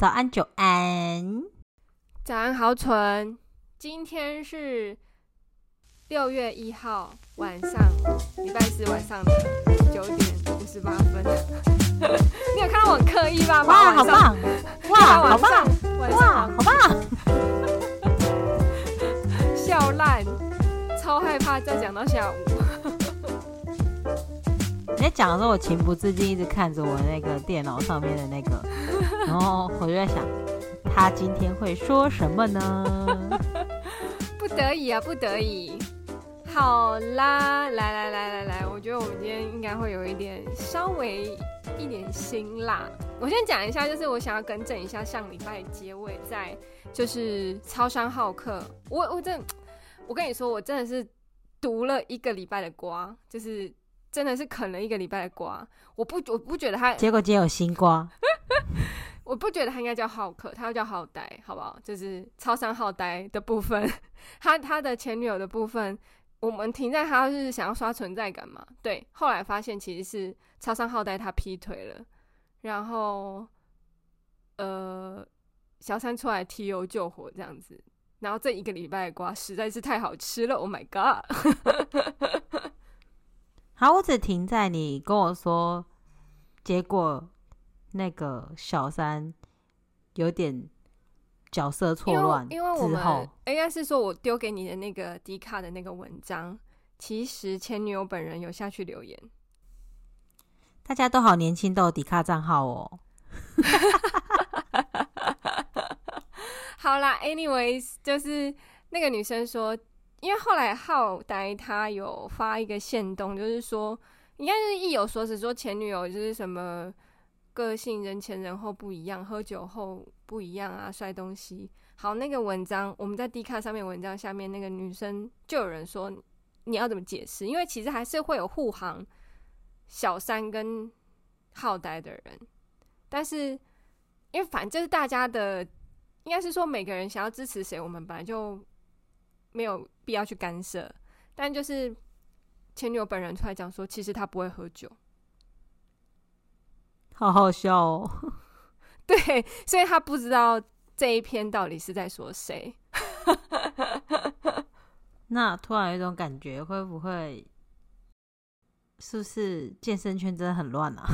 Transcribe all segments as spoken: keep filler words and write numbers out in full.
早安久安， 早安豪纯，今天是六月一号晚上，礼拜四晚上的九点五十八分。你有看到我很刻意吧？ 哇，好棒！哇，好棒！ 哇， 好棒！ 笑烂，超害怕再讲到下午。 你在讲的时候，我情不自禁一直看着我那个电脑上面的那个，然后我就在想，他今天会说什么呢？ 不得已啊，不得已。好啦，来来来来来，我觉得我们今天应该会有一点稍微一点辛辣。我先讲一下，就是我想要更正一下上礼拜结尾在就是超商好客，我我真的，我跟你说，我真的是读了一个礼拜的瓜，就是真的是啃了一个礼拜的瓜。我不我不觉得他， 结果今天有新瓜。 我不觉得他应该叫浩克，他要叫浩呆，好不好？就是超商浩呆的部分，他他的前女友的部分，我们停在他是想要刷存在感嘛？对，后来发现其实是超商浩呆他劈腿了，然后呃小三出来提油救火这样子，然后这一个礼拜的瓜实在是太好吃了 ，Oh my god！ 好，我只停在你跟我说，结果那个小三有点角色错乱之后， 因为因为我们应该是说我丢给你的那个迪卡的那个文章，其实前女友本人有下去留言。 大家都好年轻，都有迪卡账号哦。 好啦 anyways 就是那个女生说，因为后来浩呆他有发一个限动，就是说应该是意有所指，说前女友就是什么个性人前人后不一样，喝酒后不一样啊，摔东西。好，那个文章我们在 D 卡上面文章下面那个女生就有人说你要怎么解释，因为其实还是会有护航小三跟浩呆的人，但是因为反正就是大家的应该是说每个人想要支持谁，我们本来就没有必要去干涉，但就是前女友本人出来讲说其实他不会喝酒， 好好笑哦。 对，所以他不知道这一篇到底是在说谁。 那突然有一种感觉，会不会是不是健身圈真的很乱啊？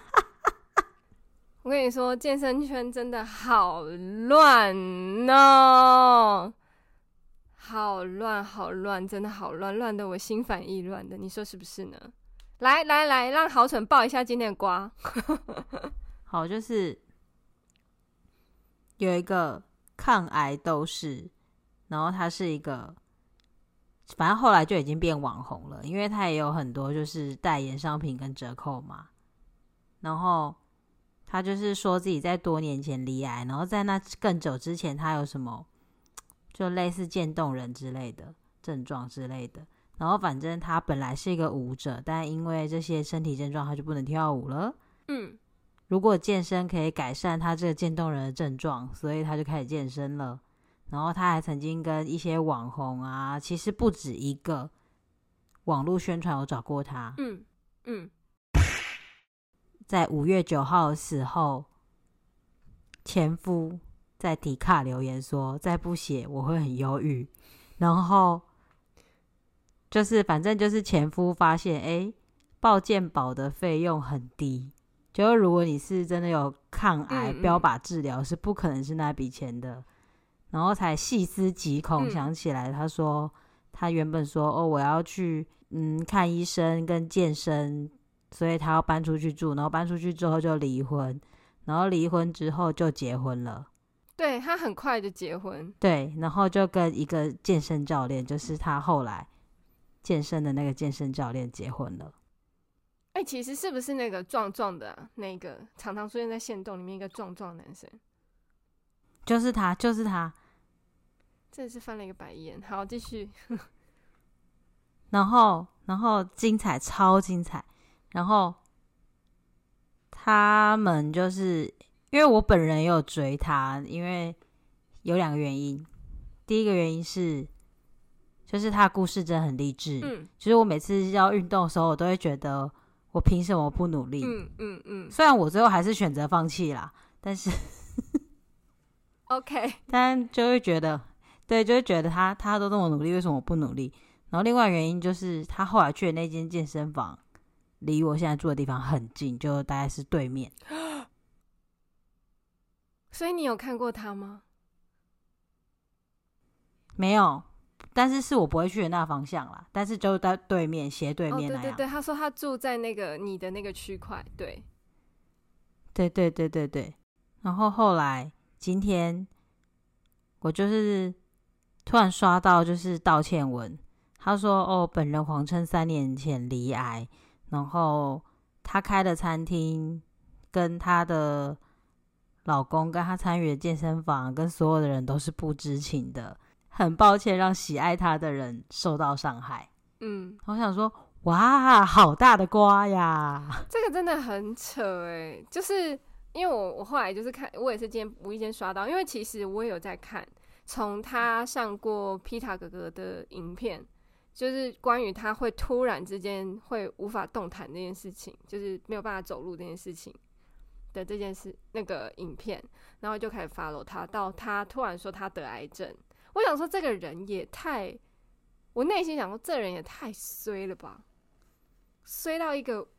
我跟你说，健身圈真的好乱哦，好乱好乱，真的好乱，乱的我心烦意乱的，你说是不是呢？来来来，让豪蠢报一下今天的瓜。 好，就是有一个抗癌斗士，然后他是一个，反正后来就已经变网红了，因为他也有很多就是代言商品跟折扣嘛。然后他就是说自己在多年前罹癌，然后在那更久之前他有什么就类似渐冻人之类的症状之类的。然后反正他本来是一个舞者，但因为这些身体症状他就不能跳舞了。 嗯， 如果健身可以改善他这个渐冻人的症状，所以他就开始健身了。然后他还曾经跟一些网红啊，其实不止一个网络宣传有找过他。 嗯嗯， 在五月九号的时候，前夫在迪卡留言说再不写我会很忧郁，然后就是反正就是前夫发现诶报健保的费用很低，就如果你是真的有抗癌嗯嗯标靶治疗是不可能是那笔钱的，然后才细思极恐、 嗯、 想起来他说他原本说哦我要去嗯看医生跟健身，所以他要搬出去住，然后搬出去之后就离婚，然后离婚之后就结婚了。 对，他很快就结婚， 对，然后就跟一个健身教练，就是他后来健身的那个健身教练结婚了。 哎、欸，其实是不是那个壮壮的、啊、那个常常出现在限动里面一个壮壮男生？ 就是他，就是他。 真的是翻了一个白眼。好，继续。 然后，然后精彩，超精彩。然后他们就是因为我本人也有追他，因为有两个原因。第一个原因是，就是他的故事真的很励志。嗯，就是我每次要运动的时候，我都会觉得我凭什么不努力？嗯嗯嗯。虽然我最后还是选择放弃啦，但是 OK， 但就会觉得，对，就会觉得他他都这么努力，为什么我不努力？然后另外原因就是他后来去的那间健身房离我现在住的地方很近，就大概是对面。 所以你有看过他吗？ 没有，但是是我不会去的那个方向啦，但是就在对面斜对面那样。 哦，对对对，他说他住在那个你的那个区块，对， 对对对对对。然后后来今天我就是突然刷到就是道歉文，他说哦，本人谎称三年前罹癌，然后他开的餐厅跟他的老公跟他参与的健身房跟所有的人都是不知情的，很抱歉让喜爱他的人受到伤害。 嗯， 我想说哇，好大的瓜呀！ 这个真的很扯哎，就是因为我我后来就是看，我也是今天无意间刷到，因为其实我也有在看，从他上过皮塔哥哥的影片，就是关于他会突然之间会无法动弹这件事情，就是没有办法走路这件事情的这件事那个影片，然后就开始 follow 他，到他突然说他得癌症，我想说这个人也太，我内心想说这人也太衰了吧，衰到一个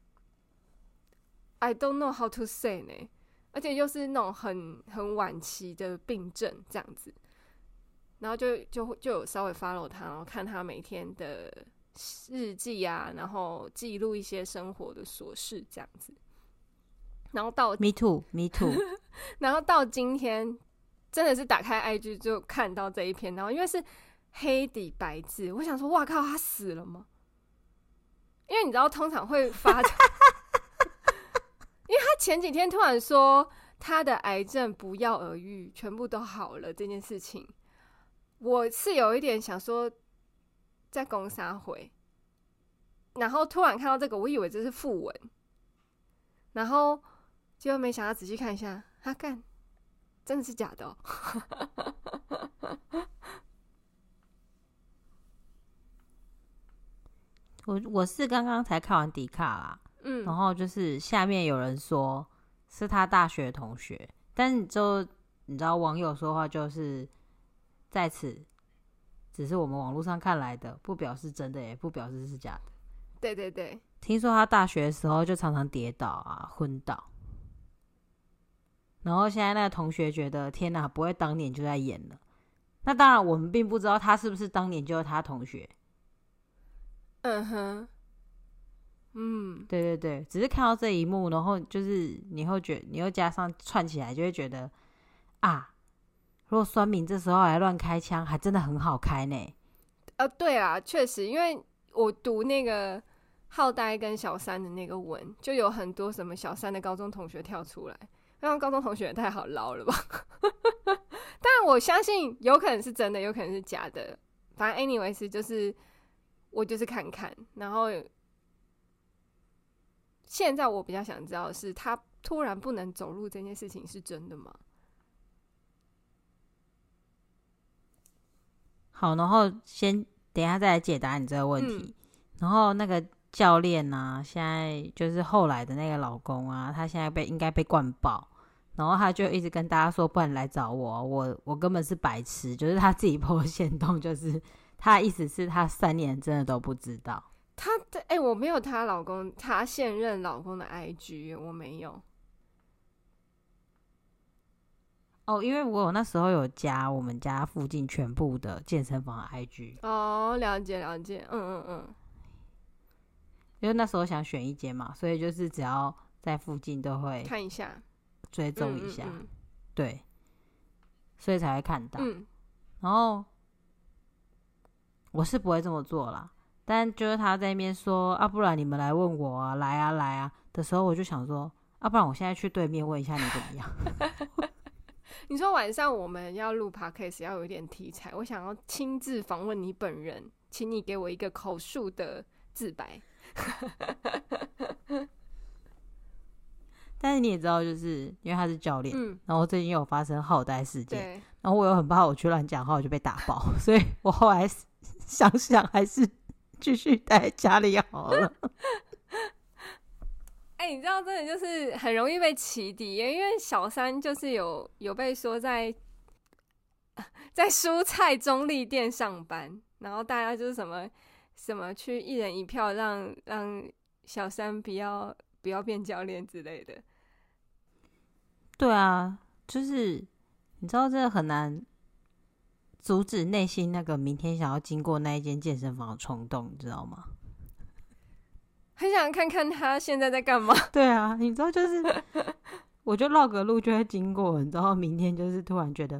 I don't know how to say 呢，而且又是那种很很晚期的病症这样子，然后就就就有稍微 follow 他，然后看他每天的日记啊，然后记录一些生活的琐事这样子，然后到 Me too, me too 然后到今天真的是打开 I G 就看到这一篇，然后因为是黑底白字，我想说哇靠，他死了吗？因为你知道通常会发因为他前几天突然说他的癌症不药而愈，全部都好了这件事情，我是有一点想说在攻杀回，然后突然看到这个，我以为这是讣文，然后结果没想到仔细看一下，他干真的是假的哦。 我我是刚刚才看完迪卡啦，嗯，然后就是下面有人说是他大学同学，但是就你知道网友说话就是在此只是我们网络上看来的，不表示真的，也不表示是假的。 对对对， 听说他大学的时候就常常跌倒啊，昏倒，然后现在那个同学觉得天哪，不会当年就在演了。那当然我们并不知道他是不是当年就是他同学。 嗯哼，嗯， 对对对，只是看到这一幕，然后就是你会觉得，你又加上串起来，就会觉得啊，如果酸民这时候来乱开枪，还真的很好开呢。 呃，对啊，确实，因为我读那个浩呆跟小三的那个文，就有很多什么小三的高中同学跳出来，让高中同学也太好捞了吧。但我相信有可能是真的，有可能是假的，反正 anyways 就是我就是看看，然后现在我比较想知道的是，他突然不能走路这件事情是真的吗？ 好，然后先等一下再来解答你这个问题。嗯、然后那个教练啊，现在就是后来的那个老公啊，他现在被应该被灌爆，然后他就一直跟大家说，不然来找我，我我根本是白痴，就是他自己 po 限动，就是他的意思是他三年真的都不知道。 他的哎、欸，我没有她老公，她现任老公的 I G， 我没有。 哦，因为我有那时候有加我们家附近全部的健身房的 I G。 哦，了解了解，嗯嗯嗯。 因为那時候想选一间嘛，所以就是只要在附近都会看一下， 追踪一下， 嗯嗯嗯对，所以才会看到。 嗯， 然后我是不会这么做啦，但就是他在那边说啊，不然你们来问我啊，来啊来啊的时候，我就想说，啊，不然我现在去对面问一下你怎么样。 你说晚上我们要录 podcast 要有一点题材，我想要亲自访问你本人，请你给我一个口述的自白。 但是你也知道，就是因为他是教练，嗯、然后最近有发生浩呆事件，然后我又很怕我去乱讲话，我就被打爆，所以我后来想想还是继续待在家里好了。 哎、欸，你知道，真的就是很容易被起底耶，因为小三就是有有被说在在蔬菜中立店上班，然后大家就是什么什么去一人一票让让小三不要不要变教练之类的。 对啊，就是你知道这个很难阻止内心那个明天想要经过那一间健身房的冲动，你知道吗？ 很想看看他现在在干嘛。 对啊，你知道就是我就绕个路就会经过，你知道明天就是突然觉得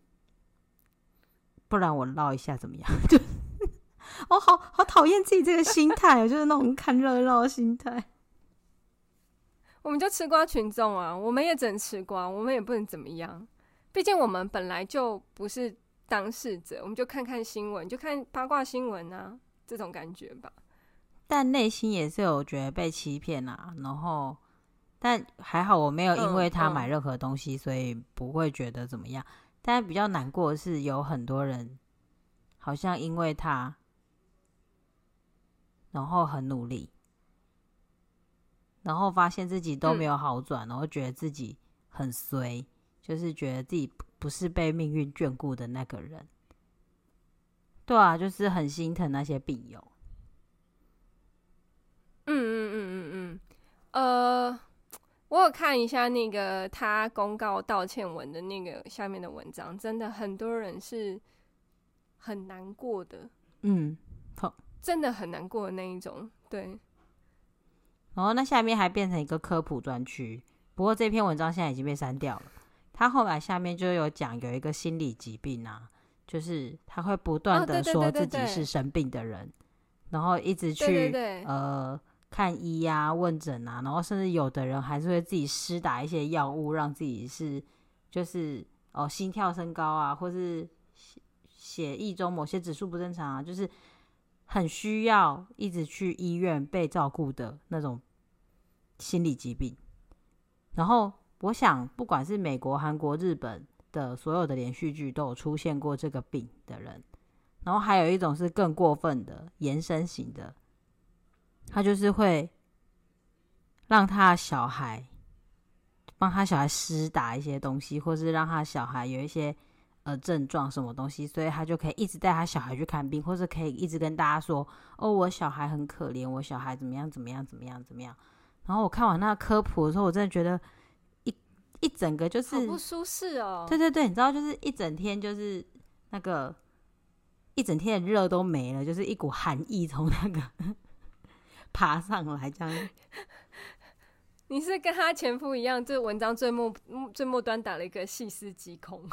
不然我绕一下怎么样？就我、哦、好好讨厌自己这个心态，就是那种看热闹的心态。 我们就吃瓜群众啊，我们也只能吃瓜，我们也不能怎么样。毕竟我们本来就不是当事者，我们就看看新闻，就看八卦新闻啊，这种感觉吧。 但内心也是有觉得被欺骗啊，然后但还好我没有因为他买任何东西，嗯嗯、所以不会觉得怎么样。但比较难过的是，有很多人好像因为他，然后很努力，然后发现自己都没有好转，嗯、然后觉得自己很衰，就是觉得自己不是被命运眷顾的那个人。对啊，就是很心疼那些病友。 嗯嗯嗯嗯嗯，呃，我有看一下那个他公告道歉文的那个下面的文章，真的很多人是很难过的， 嗯，好， 真的很难过的那一种，对。 然后那下面还变成一个科普专区，不过这篇文章现在已经被删掉了。他后来下面就有讲有一个心理疾病啊，就是他会不断的说自己是生病的人，哦、对对对对对，然后一直去对对对呃看医啊、问诊啊，然后甚至有的人还是会自己施打一些药物，让自己是就是哦心跳升高啊，或是血液中某些指数不正常啊，就是很需要一直去医院被照顾的那种心理疾病。然后我想，不管是美国、韩国、日本的所有的连续剧都有出现过这个病的人。然后还有一种是更过分的延伸型的，他就是会让他的小孩帮他小孩施打一些东西，或是让他小孩有一些呃症状什么东西，所以他就可以一直带他小孩去看病，或是可以一直跟大家说，哦，我小孩很可怜，我小孩怎么样怎么样怎么样怎么样。然后我看完那个科普的时候，我真的觉得一一整个就是好不舒适哦。 对对对，你知道，就是一整天就是那个一整天的热都没了，就是一股寒意从那个爬上来这样。 你是跟他前夫一样，这文章最末最末端打了一个细思极恐，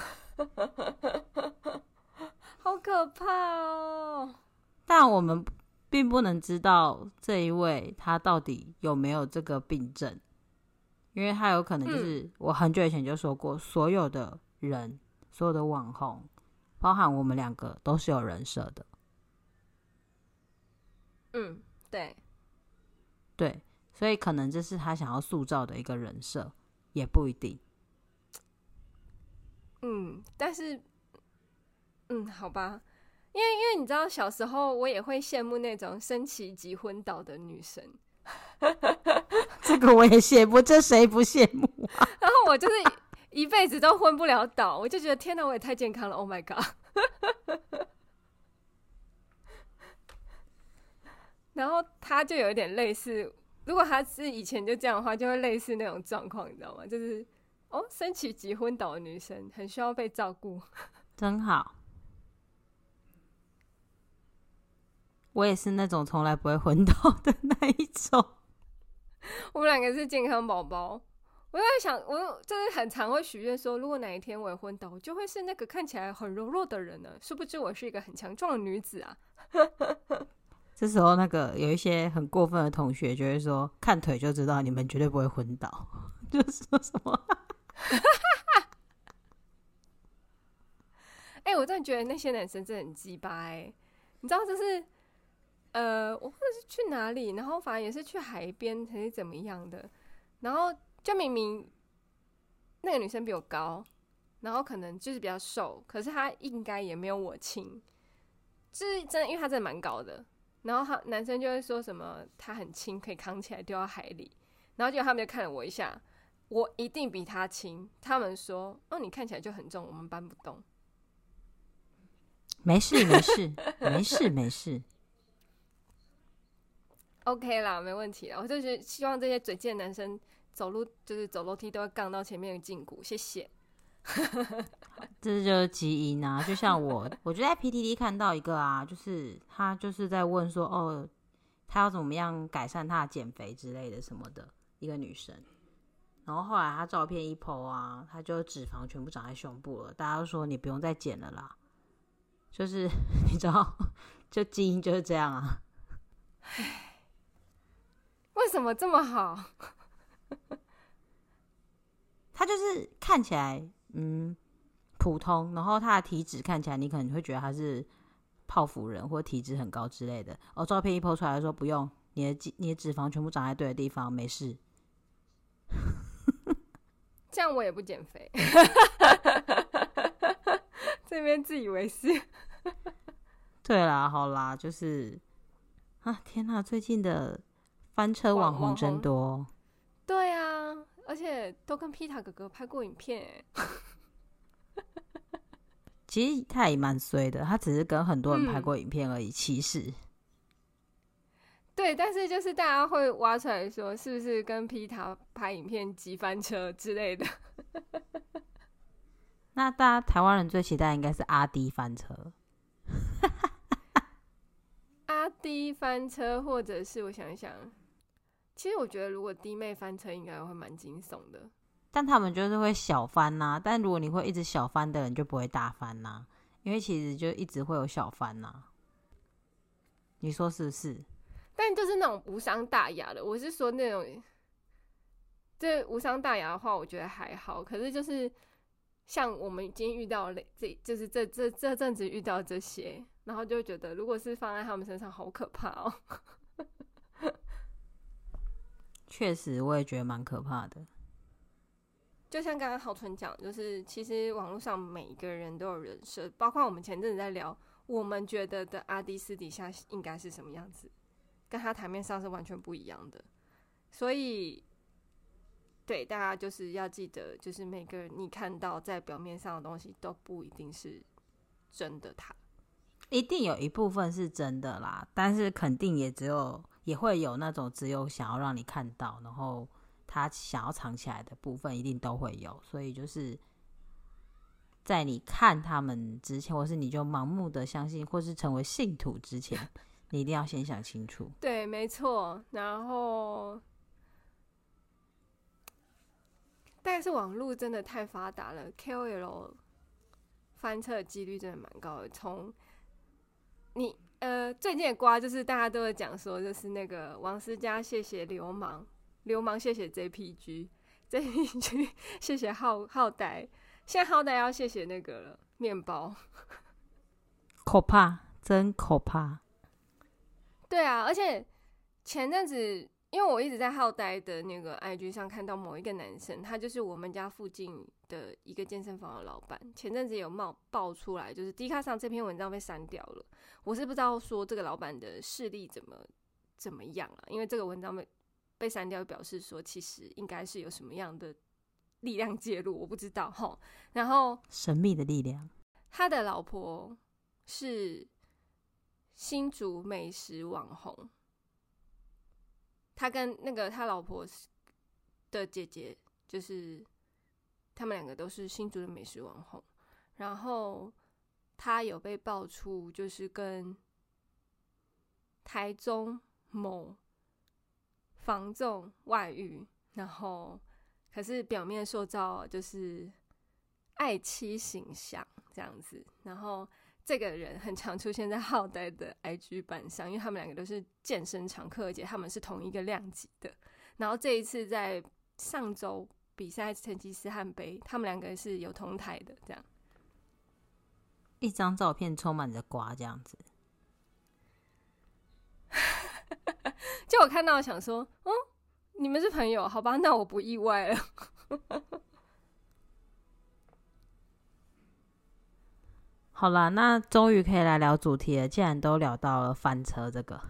好可怕哦！ 但我们并不能知道这一位他到底有没有这个病症，因为他有可能就是、嗯、我很久以前就说过，所有的人，所有的网红，包含我们两个都是有人设的。 嗯，对， 对。所以可能这是他想要塑造的一个人设，也不一定。 嗯，但是，嗯，好吧，因为因为你知道，小时候我也会羡慕那种升旗即昏倒的女生。 这个我也羡慕，这谁不羡慕啊？ 然后我就是一辈子都昏不了倒，我就觉得天哪，我也太健康了 ！Oh my god！ 然后他就有一点类似。如果他是以前就这样的话，就会类似那种状况，你知道吗？就是哦，升旗即昏倒的女生很需要被照顾， 真好。我也是那种从来不会昏倒的那一种。 我们两个是健康宝宝。我在想，我就是很常会许愿说，如果哪一天我也昏倒，我就会是那个看起来很柔弱的人呢。殊不知我是一个很强壮的女子啊。 这时候那个有一些很过分的同学就会说，看腿就知道你们绝对不会昏倒，就是说什么哎、欸，我真的觉得那些男生真的很鸡巴哎，你知道就是呃，我或者是去哪里，然后反正也是去海边还是怎么样的，然后就明明那个女生比我高，然后可能就是比较瘦，可是她应该也没有我轻，就是真的，因为她真的蛮高的。然后他男生就会说什么他很轻，可以扛起来丢到海里，然后结果他们就看了我一下，我一定比他轻。他们说：“哦，你看起来就很重，我们搬不动。” 没事没事没事没事。 OK 啦，没问题啦。我就是希望这些嘴贱的男生走路就是走楼梯都会杠到前面的胫骨，谢谢。 这就是基因啊，就像我，我就在 P T T 看到一个啊，就是他就是在问说，哦，他要怎么样改善他的减肥之类的什么的，一个女生。然后后来他照片一 po 啊，他就脂肪全部长在胸部了，大家都说你不用再减了啦。就是你知道，就基因就是这样啊。 为什么这么好？ 他就是看起来嗯普通，然后他的体脂看起来你可能会觉得他是泡芙人或体脂很高之类的。哦，照片一 po 出来说不用，你的你的脂肪全部长在对的地方，没事。 这样我也不减肥。这边自以为是。 对啦，好啦，就是啊，天哪，最近的翻车网红真多。 对啊，而且都跟皮塔哥哥拍过影片耶。 其实他也蛮衰的，他只是跟很多人拍过影片而已。嗯、其实， 对，但是就是大家会挖出来说，是不是跟皮塔拍影片急翻车之类的？ 那大家台湾人最期待应该是阿滴翻车。 阿滴翻车，或者是我想一想，其实我觉得如果弟妹翻车，应该会蛮惊悚的。 但他们就是会小翻呐、啊，但如果你会一直小翻的人，就不会大翻呐、啊，因为其实就一直会有小翻呐、啊。你说是不是？ 但就是那种无伤大雅的，我是说那种，这无伤大雅的话，我觉得还好。可是就是像我们今天遇到的这，就是这这这阵子遇到这些，然后就会觉得，如果是放在他们身上，好可怕哦。 确实，我也觉得蛮可怕的。 就像刚刚浩春讲，就是其实网络上每一个人都有人设，包括我们前阵子在聊，我们觉得的阿滴私底下应该是什么样子，跟他台面上是完全不一样的。所以，对大家就是要记得，就是每个人你看到在表面上的东西都不一定是真的他， 一定有一部分是真的啦，但是肯定也只有也会有那种只有想要让你看到，然后他想要藏起来的部分一定都会有，所以就是在你看他们之前，或是你就盲目的相信，或是成为信徒之前，你一定要先想清楚。 对，没错。然后，但是网络真的太发达了 ，K O L 翻车的几率真的蛮高的。从你呃最近的瓜就是大家都会讲说，就是那个王思佳谢谢流氓。流氓谢谢 J P G，J P G 谢谢浩浩呆，现在浩呆要谢谢那个了面包， 可怕，真可怕。 对啊，而且前阵子因为我一直在浩呆的那个 I G 上看到某一个男生，他就是我们家附近的一个健身房的老板，前阵子有冒爆出来，就是 D 卡上这篇文章被删掉了。我是不知道说这个老板的势力怎么怎么样啊，因为这个文章被。被删掉，表示说其实应该是有什么样的力量介入，我不知道齁。然后神秘的力量， 他的老婆是新竹美食网红，他跟那个他老婆的姐姐，就是他们两个都是新竹的美食网红。然后他有被爆出，就是跟台中某房仲外遇，然后可是表面塑造就是爱妻形象这样子，然后这个人很常出现在浩呆的 I G 版上，因为他们两个都是健身常客，而且他们是同一个量级的。然后这一次在上周比赛成吉思汗杯，他们两个是有同台的，这样一张照片充满着瓜这样子。 就我看到想说，哦，你们是朋友，好吧，那我不意外了。 好啦，那终于可以来聊主题了。既然都聊到了翻车这个，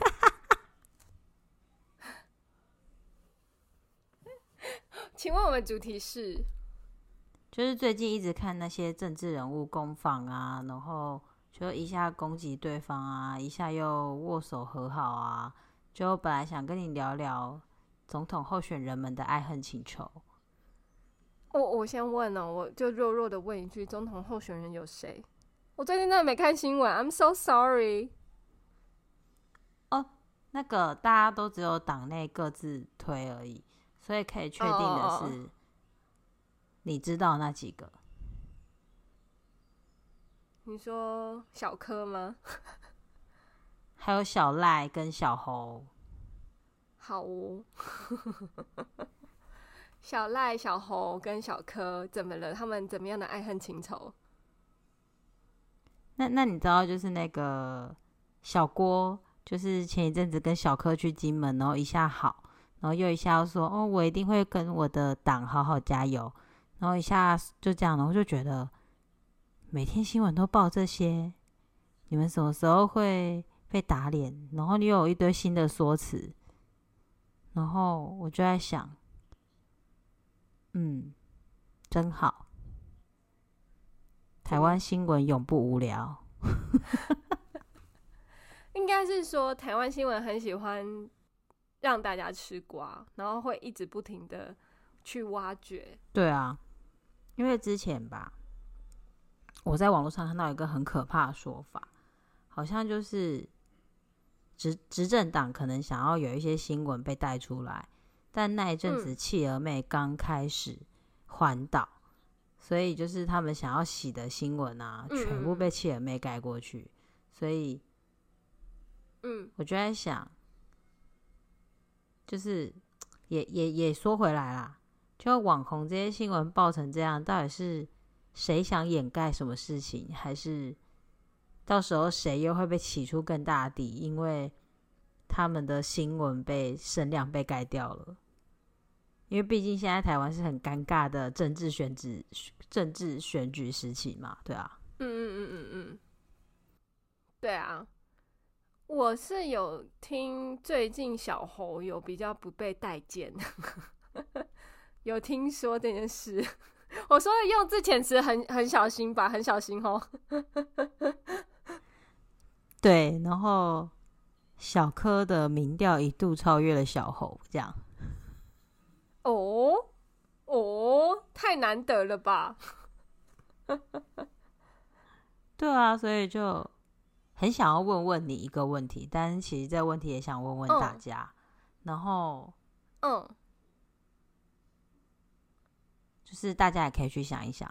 请问我们主题是？ 就是最近一直看那些政治人物攻访啊，然后就一下攻击对方啊，一下又握手和好啊。就本来想跟你聊聊总统候选人们的爱恨情仇。 我我先问哦，我就弱弱的问一句，总统候选人有谁？我最近真的没看新闻 ，I'm so sorry。 哦，那个大家都只有党内各自推而已，所以可以确定的是， oh. 你知道那几个？ 你说小柯吗？ 还有小赖跟小侯。 好哦。小赖、小侯跟小柯怎么了？他们怎么样的爱恨情仇？ 那那你知道就是那个小郭，就是前一阵子跟小柯去金门，然后一下好，然后又一下又说哦，我一定会跟我的党好好加油，然后一下就这样，然后就觉得每天新闻都报这些，你们什么时候会被打脸？然后你又有一堆新的说辞，然后我就在想，嗯，真好，台湾新闻永不无聊。 应该是说台湾新闻很喜欢让大家吃瓜，然后会一直不停的去挖掘。 对啊，因为之前吧，我在网络上看到一个很可怕的说法，好像就是执执政党可能想要有一些新闻被带出来，但那一阵子企鹅妹刚开始环岛、嗯，所以就是他们想要洗的新闻啊，嗯、全部被企鹅妹盖过去，所以，嗯，我就在想，就是也也也说回来啦，就网红这些新闻爆成这样，到底是谁想掩盖什么事情，还是到时候谁又会被起出更大的底，因为他们的新闻被声量被盖掉了？因为毕竟现在台湾是很尴尬的政治选举政治选举时期嘛，对啊， 嗯嗯嗯嗯嗯，对啊，我是有听最近小侯有比较不被待见，有听说这件事。我说的用字遣词很很小心吧，很小心哦。 对，然后小柯的民调一度超越了小侯，这样。 哦哦，太难得了吧？ 对啊，所以就很想要问问你一个问题，但是其实这个问题也想问问大家，嗯、然后嗯，就是大家也可以去想一想。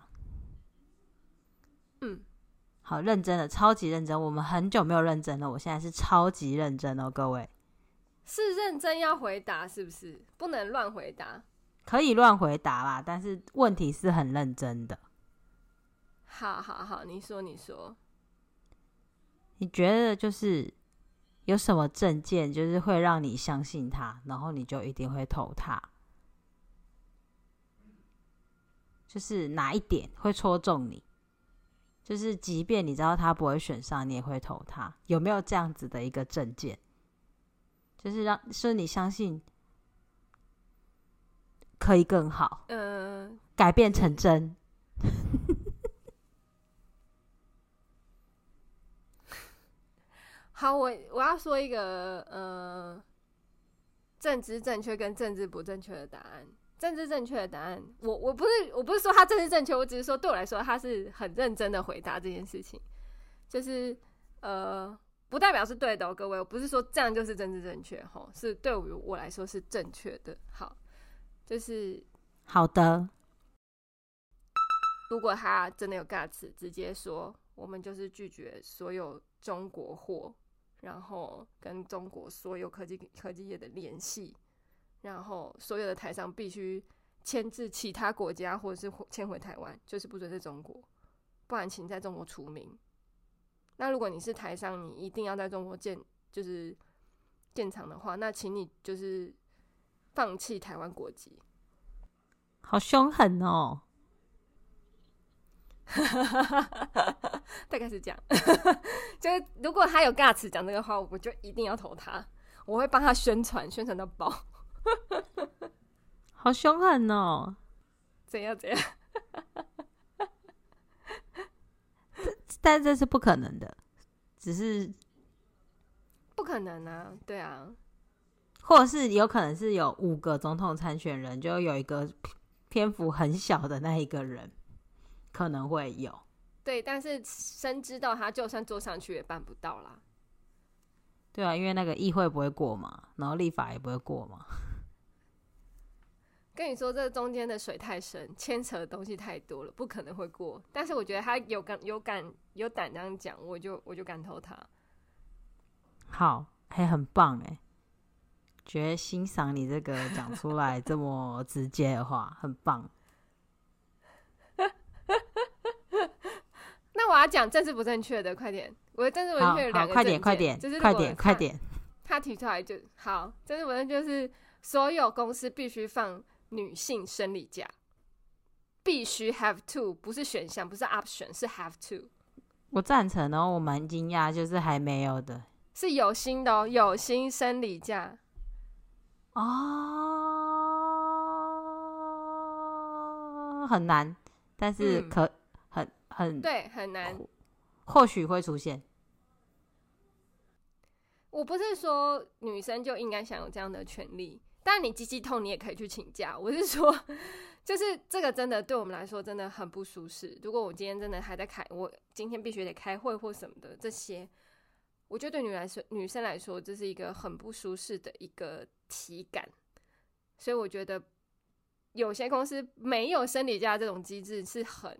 嗯，好，认真的，超级认真，我们很久没有认真了，我现在是超级认真哦，各位。 是认真要回答是不是？不能乱回答。 可以乱回答啦，但是问题是很认真的。 好好好，你说你说。 你觉得就是有什么政见就是会让你相信他，然后你就一定会投他？就是哪一点会戳中你？就是即便你知道他不会选上，你也会投他。有没有这样子的一个政见？就是让是你相信可以更好，嗯、呃，改变成真。 好，我我要说一个呃，政治正确跟政治不正确的答案。政治正确的答案，我我不是我不是说他政治正确，我只是说对我来说他是很认真的回答这件事情，就是呃。不代表是对的哦，各位，我不是说这样就是政治正确齁，是对我来说是正确的。好，就是好的。 如果他真的有 guts， 直接说我们就是拒绝所有中国货，然后跟中国所有科技科技业的联系，然后所有的台商必须迁至其他国家或者是迁回台湾，就是不准在中国，不然请在中国除名。那如果你是台商，你一定要在中国建就是建厂的话，那请你就是放弃台湾国籍。 好凶狠哦！ 大概是这样。就是如果他有 guts 讲这个话，我就一定要投他，我会帮他宣传，宣传到爆。 好凶狠哦！ 怎样怎样？ 但这是不可能的，只是不可能啊，对啊， 或者是有可能是有五个总统参选人，就有一个篇幅很小的那一个人可能会有。 对，但是深知道他就算坐上去也办不到啦。 对啊，因为那个议会不会过嘛，然后立法也不会过嘛。 跟你说，这中间的水太深，牵扯的东西太多了，不可能会过。但是我觉得他有敢、有敢、有胆这样讲，我就我就敢投他。 好，还很棒哎，觉得欣赏你这个讲出来这么直接的话，很棒。 那我要讲政治不正确的，快点！我的政治不正确有两个快点，快点， 就是快点，快点。 他提出来就好，政治不正确就是所有公司必须放女性生理假，必须 have to， 不是选项，不是 option， 是 have to。 我赞成哦，我蛮惊讶，就是还没有的， 是有薪的哦，有薪生理假哦，很难，但是可、嗯、很很对，很难， 或许会出现。 我不是说女生就应该享有这样的权利，但你鸡鸡痛你也可以去请假。我是说，就是这个真的对我们来说真的很不舒适。如果我今天真的还在开，我今天必须得开会或什么的，这些我觉得对女来说，女生来说，这是一个很不舒适的一个体感。所以我觉得有些公司没有生理假这种机制是很。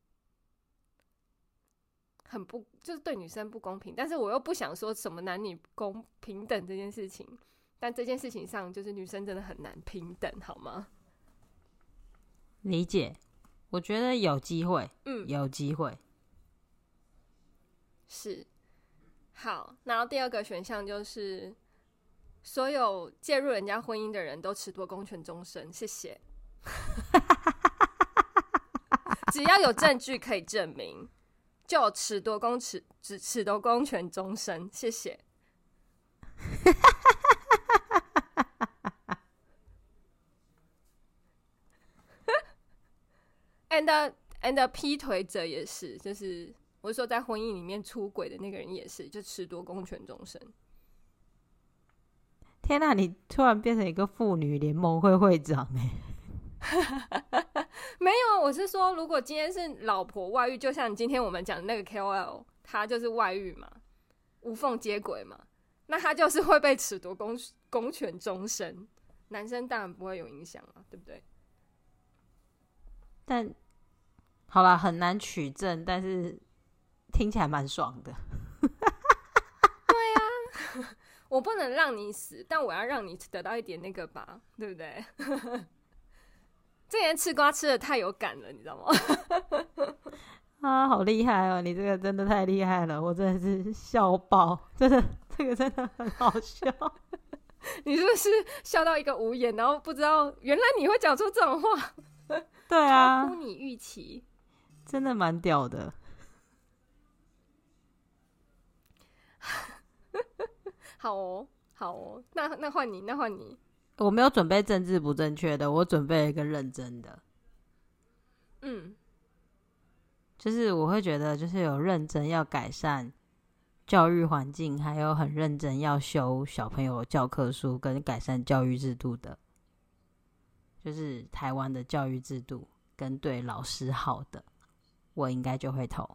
很不，就是对女生不公平，但是我又不想说什么男女公平等这件事情，但这件事情上就是女生真的很难平等，好吗？ 理解，我觉得有机会， 嗯， 有机会， 是。好，然后第二个选项就是所有介入人家婚姻的人都褫夺公权终身，谢谢。只要有证据可以证明。就褫夺公褫只褫夺公权终身，谢谢。and and 劈腿者也是，就是我是说在婚姻里面出轨的那个人也是，就褫夺公权终身。 天哪、啊，你突然变成一个妇女联盟会会长哎、欸。 没有，我是说，如果今天是老婆外遇，就像今天我们讲的那个 K O L， 他就是外遇嘛，无缝接轨嘛，那他就是会被褫夺公公权终身。男生当然不会有影响啊，对不对？ 但好啦，很难取证，但是听起来蛮爽的。 对啊，我不能让你死，但我要让你得到一点那个吧，对不对？这人吃瓜吃的太有感了，你知道吗？ 啊，好厉害哦！你这个真的太厉害了，我真的是笑爆，真的，这个真的很好笑。 你是不是笑到一个无言，然后不知道原来你会讲出这种话？ 对啊， 超乎你预期， 真的蛮屌的。 好哦，好哦，那那换你，那换你。 我没有准备政治不正确的，我准备了一个认真的。 嗯， 就是我会觉得，就是有认真要改善教育环境，还有很认真要修小朋友教科书跟改善教育制度的，就是台湾的教育制度跟对老师好的，我应该就会投。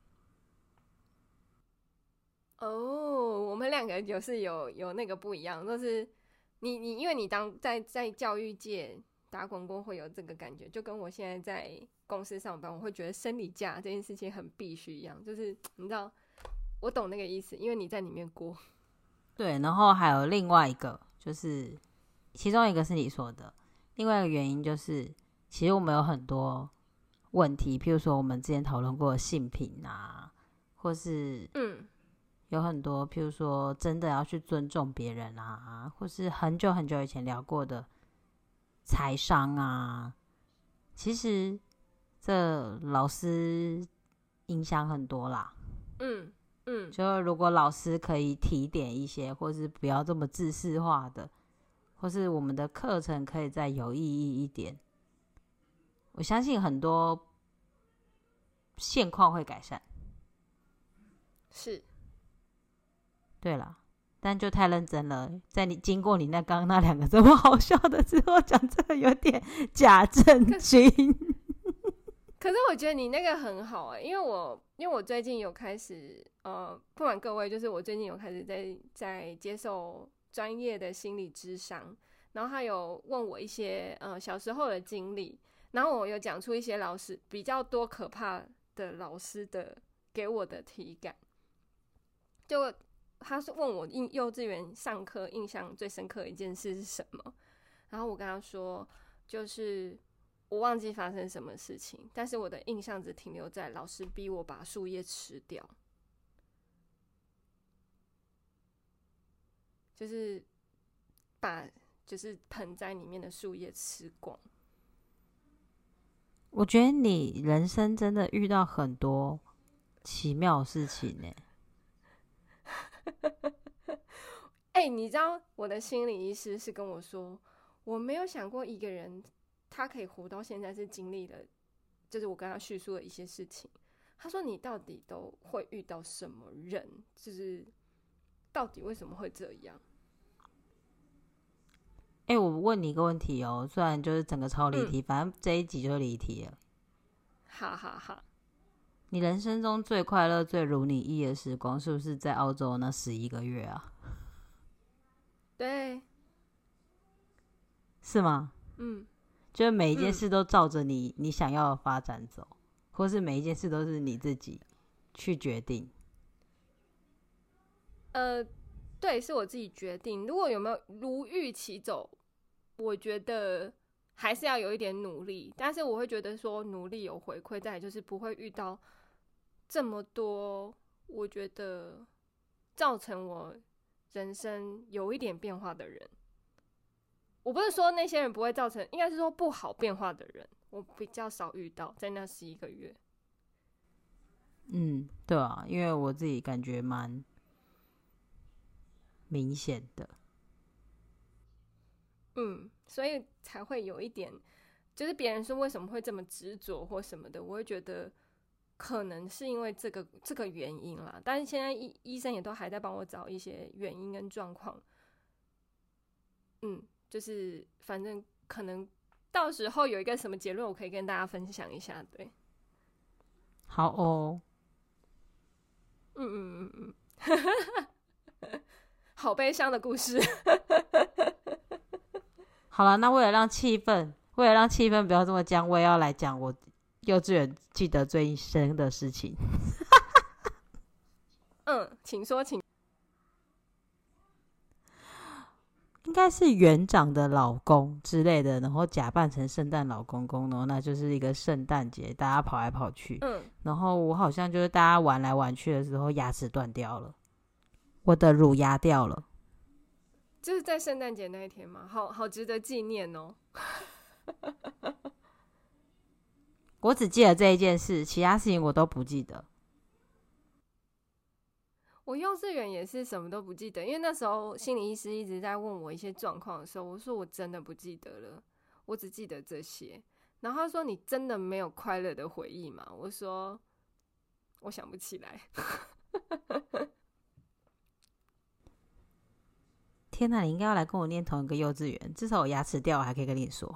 哦，我们两个就是有有那个不一样，就是你你因为你当在在教育界打滚过，会有这个感觉，就跟我现在在公司上班，我会觉得生理假这件事情很必须一样，就是你知道，我懂那个意思，因为你在里面过。 对，然后还有另外一个，就是其中一个是你说的，另外一个原因就是，其实我们有很多问题，譬如说我们之前讨论过的性平啊，或是嗯。 有很多，譬如说真的要去尊重别人啊，或是很久很久以前聊过的财商啊，其实这老师影响很多啦。 嗯嗯， 就如果老师可以提点一些，或是不要这么制式化的，或是我们的课程可以再有意义一点，我相信很多现况会改善。 是， 对啦，但就太认真了，在你经过你那刚刚那两个这么好笑的之后，讲这个有点假正经。 可是我觉得你那个很好哎、欸，因为我因为我最近有开始呃，不管各位，就是我最近有开始在在接受专业的心理咨商，然后他有问我一些呃小时候的经历，然后我有讲出一些老师比较多可怕的老师的给我的体感，就他是问我印幼稚园上课印象最深刻的一件事是什么，然后我跟他说就是我忘记发生什么事情，但是我的印象只停留在老师逼我把树叶吃掉，就是把就是盆栽里面的树叶吃光。 我觉得你人生真的遇到很多奇妙的事情呢、 欸。哎、欸，你知道我的心理医师是跟我说，我没有想过一个人他可以活到现在是经历了，就是我跟他叙述的一些事情。他说你到底都会遇到什么人？就是到底为什么会这样？ 哎、欸，我问你一个问题哦，虽然就是整个超离题、嗯，反正这一集就离题了。 哈哈哈！ 你人生中最快乐、最如你意的时光，是不是在澳洲那十一个月啊？ 对， 是吗？ 嗯， 就是每一件事都照着你、嗯、你想要的发展走，或是每一件事都是你自己去决定。 呃，对，是我自己决定。如果有没有如预期走？我觉得还是要有一点努力，但是我会觉得说努力有回馈，再来就是不会遇到这么多我觉得造成我人生有一点变化的人。我不是说那些人不会造成，应该是说不好变化的人，我比较少遇到在那十一个月。 嗯，对啊，因为我自己感觉蛮明显的。 嗯，所以才会有一点，就是别人说为什么会这么执着或什么的，我会觉得可能是因为这个这个原因啦。但是现在医医生也都还在帮我找一些原因跟状况。嗯，就是反正可能到时候有一个什么结论，我可以跟大家分享一下。对， 好哦。 嗯嗯嗯嗯，好悲伤的故事。 好了，那为了让气氛，为了让气氛不要这么僵，我也要来讲我幼稚园记得最深的事情。 嗯，请说，请。 应该是园长的老公之类的，然后假扮成圣诞老公公，然后那就是一个圣诞节，大家跑来跑去。 嗯， 然后我好像就是大家玩来玩去的时候，牙齿断掉了，我的乳牙掉了。 就是在圣诞节那一天嘛，好好值得纪念哦。 我只记得这一件事，其他事情我都不记得。 我幼稚园也是什么都不记得，因为那时候心理医师一直在问我一些状况的时候，我说我真的不记得了，我只记得这些。然后他说你真的没有快乐的回忆吗？我说我想不起来。 天哪，你应该要来跟我念同一个幼稚园，至少我牙齿掉我还可以跟你说。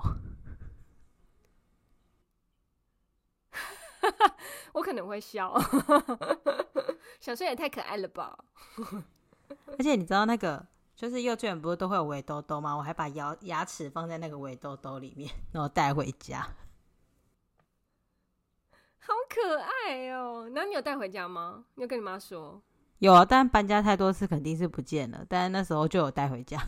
我可能会笑。想说也太可爱了吧。 而且你知道那个就是幼稚园不是都会有围兜兜吗？我还把牙牙齿放在那个围兜兜里面，然后带回家。 好可爱哦！那你有带回家吗？你有跟你妈说？ 有啊，但搬家太多次肯定是不见了，但是那时候就有带回家。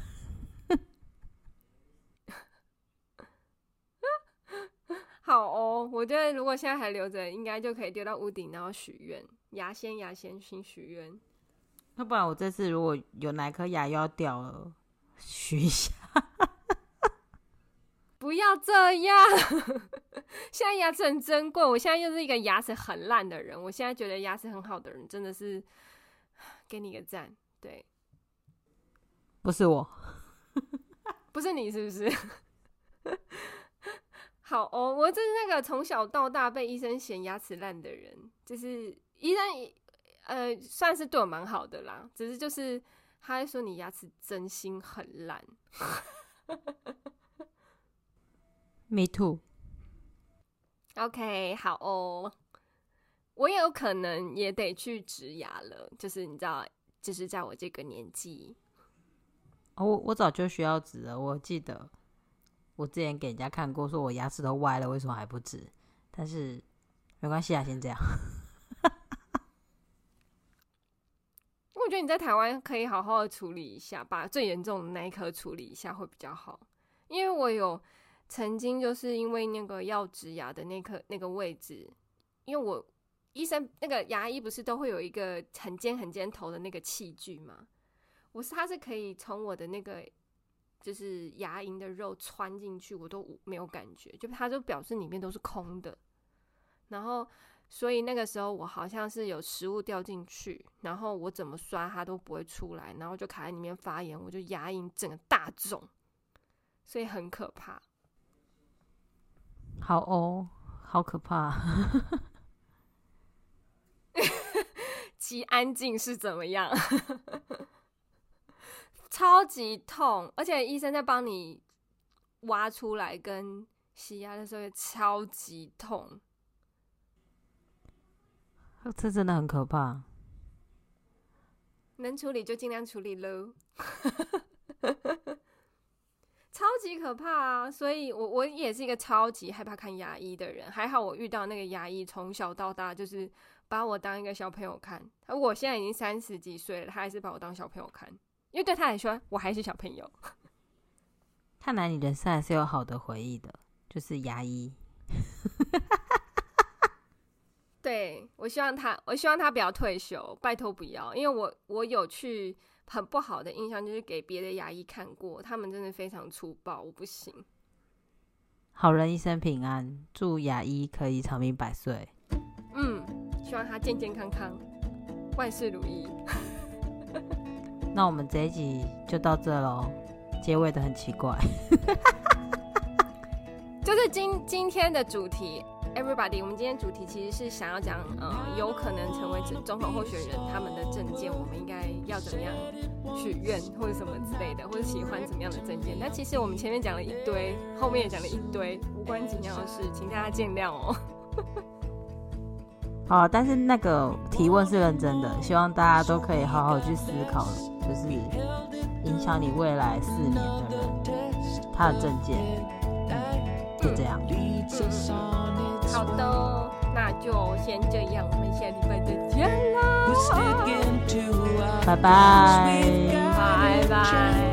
好哦，我觉得如果现在还留着，应该就可以丢到屋顶，然后许愿，牙仙牙仙请许愿。 要不然我这次如果有哪颗牙又要掉了，许一下。 不要这样。现在牙齿很珍贵，我现在又是一个牙齿很烂的人，我现在觉得牙齿很好的人真的是给你一个赞。对， 不是我。 不是你是不是？好哦，我就是那个从小到大被医生嫌牙齿烂的人，就是医生呃，算是对我蛮好的啦，只是就是他会说你牙齿真心很烂。 Me too。 OK， 好哦，我也有可能也得去植牙了，就是你知道，就是在我这个年纪。 哦，我我早就需要植了，我记得我之前给人家看过，说我牙齿都歪了，为什么还不植？但是没关系啊，先这样。 我觉得你在台湾可以好好的处理一下，把最严重的那一颗处理一下会比较好。因为我有曾经就是因为那个要植牙的那颗那个位置，因为我医生那个牙医不是都会有一个很尖很尖头的那个器具吗？我是他是可以从我的那个就是牙龈的肉穿进去，我都没有感觉，就他就表示里面都是空的，然后。所以那个时候我好像是有食物掉进去，然后我怎么刷它都不会出来，然后就卡在里面发炎，我就牙龈整个大肿，所以很可怕。 好哦，好可怕。 极安静是怎么样？超级痛，而且医生在帮你挖出来跟洗牙的时候也超级痛。 这真的很可怕， 能处理就尽量处理咯。超级可怕啊！所以我我也是一个超级害怕看牙医的人。还好我遇到那个牙医，从小到大就是把我当一个小朋友看。我现在已经三十几岁了，他还是把我当小朋友看，因为对他来说我还是小朋友。 看来你人生还是有好的回忆的，就是牙医。 对，我希望他，我希望他不要退休，拜托不要，因为我我有去很不好的印象，就是给别的牙医看过，他们真的非常粗暴，我不行。 好人一生平安，祝牙医可以长命百岁。 嗯，希望他健健康康，万事如意。 那我们这一集就到这咯，结尾的很奇怪。 就是今今天的主题。Everybody， 我们今天主题其实是想要讲，呃，有可能成为总统候选人他们的政见，我们应该要怎么样许愿，或者什么之类的，或者喜欢怎么样的政见。但其实我们前面讲了一堆，后面也讲了一堆无关紧要的事，请大家见谅哦。 好，但是那个提问是认真的，希望大家都可以好好去思考，就是影响你未来四年的人，他的政见，嗯，就这样。 嗯好的，那就先这样，我们下礼拜再见啦， 拜拜， 拜拜。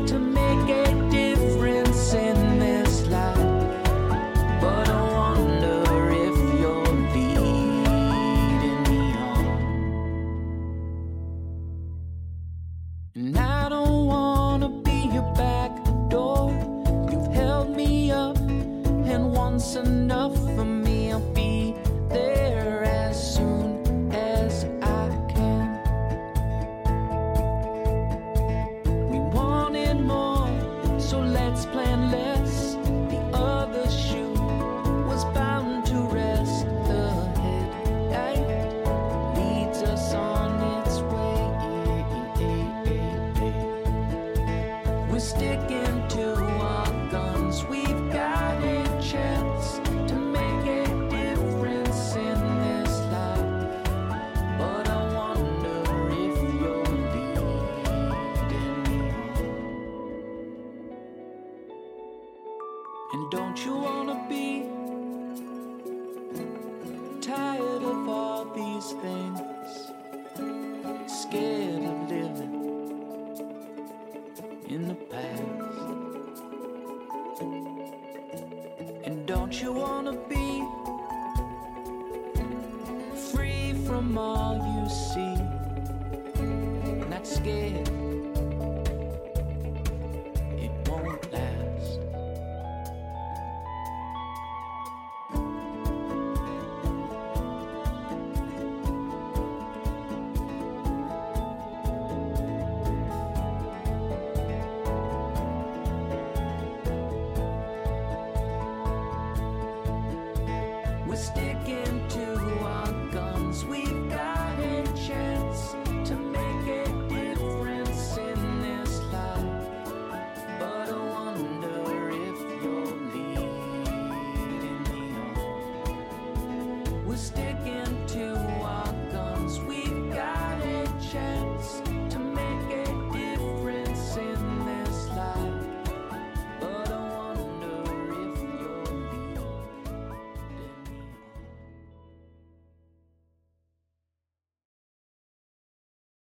Enough for me, I'll be there as soon as I can. We wanted more, so let's plan less. The other shoe was bound to rest. The headlight leads us on its way. We're sticking to our guns, we've got a chance to make a difference in this life, but I wonder if you're leading me on. And don't you wanna be tired of all these things, scared of living in the past? And don't you wanna be free from all you see, not scared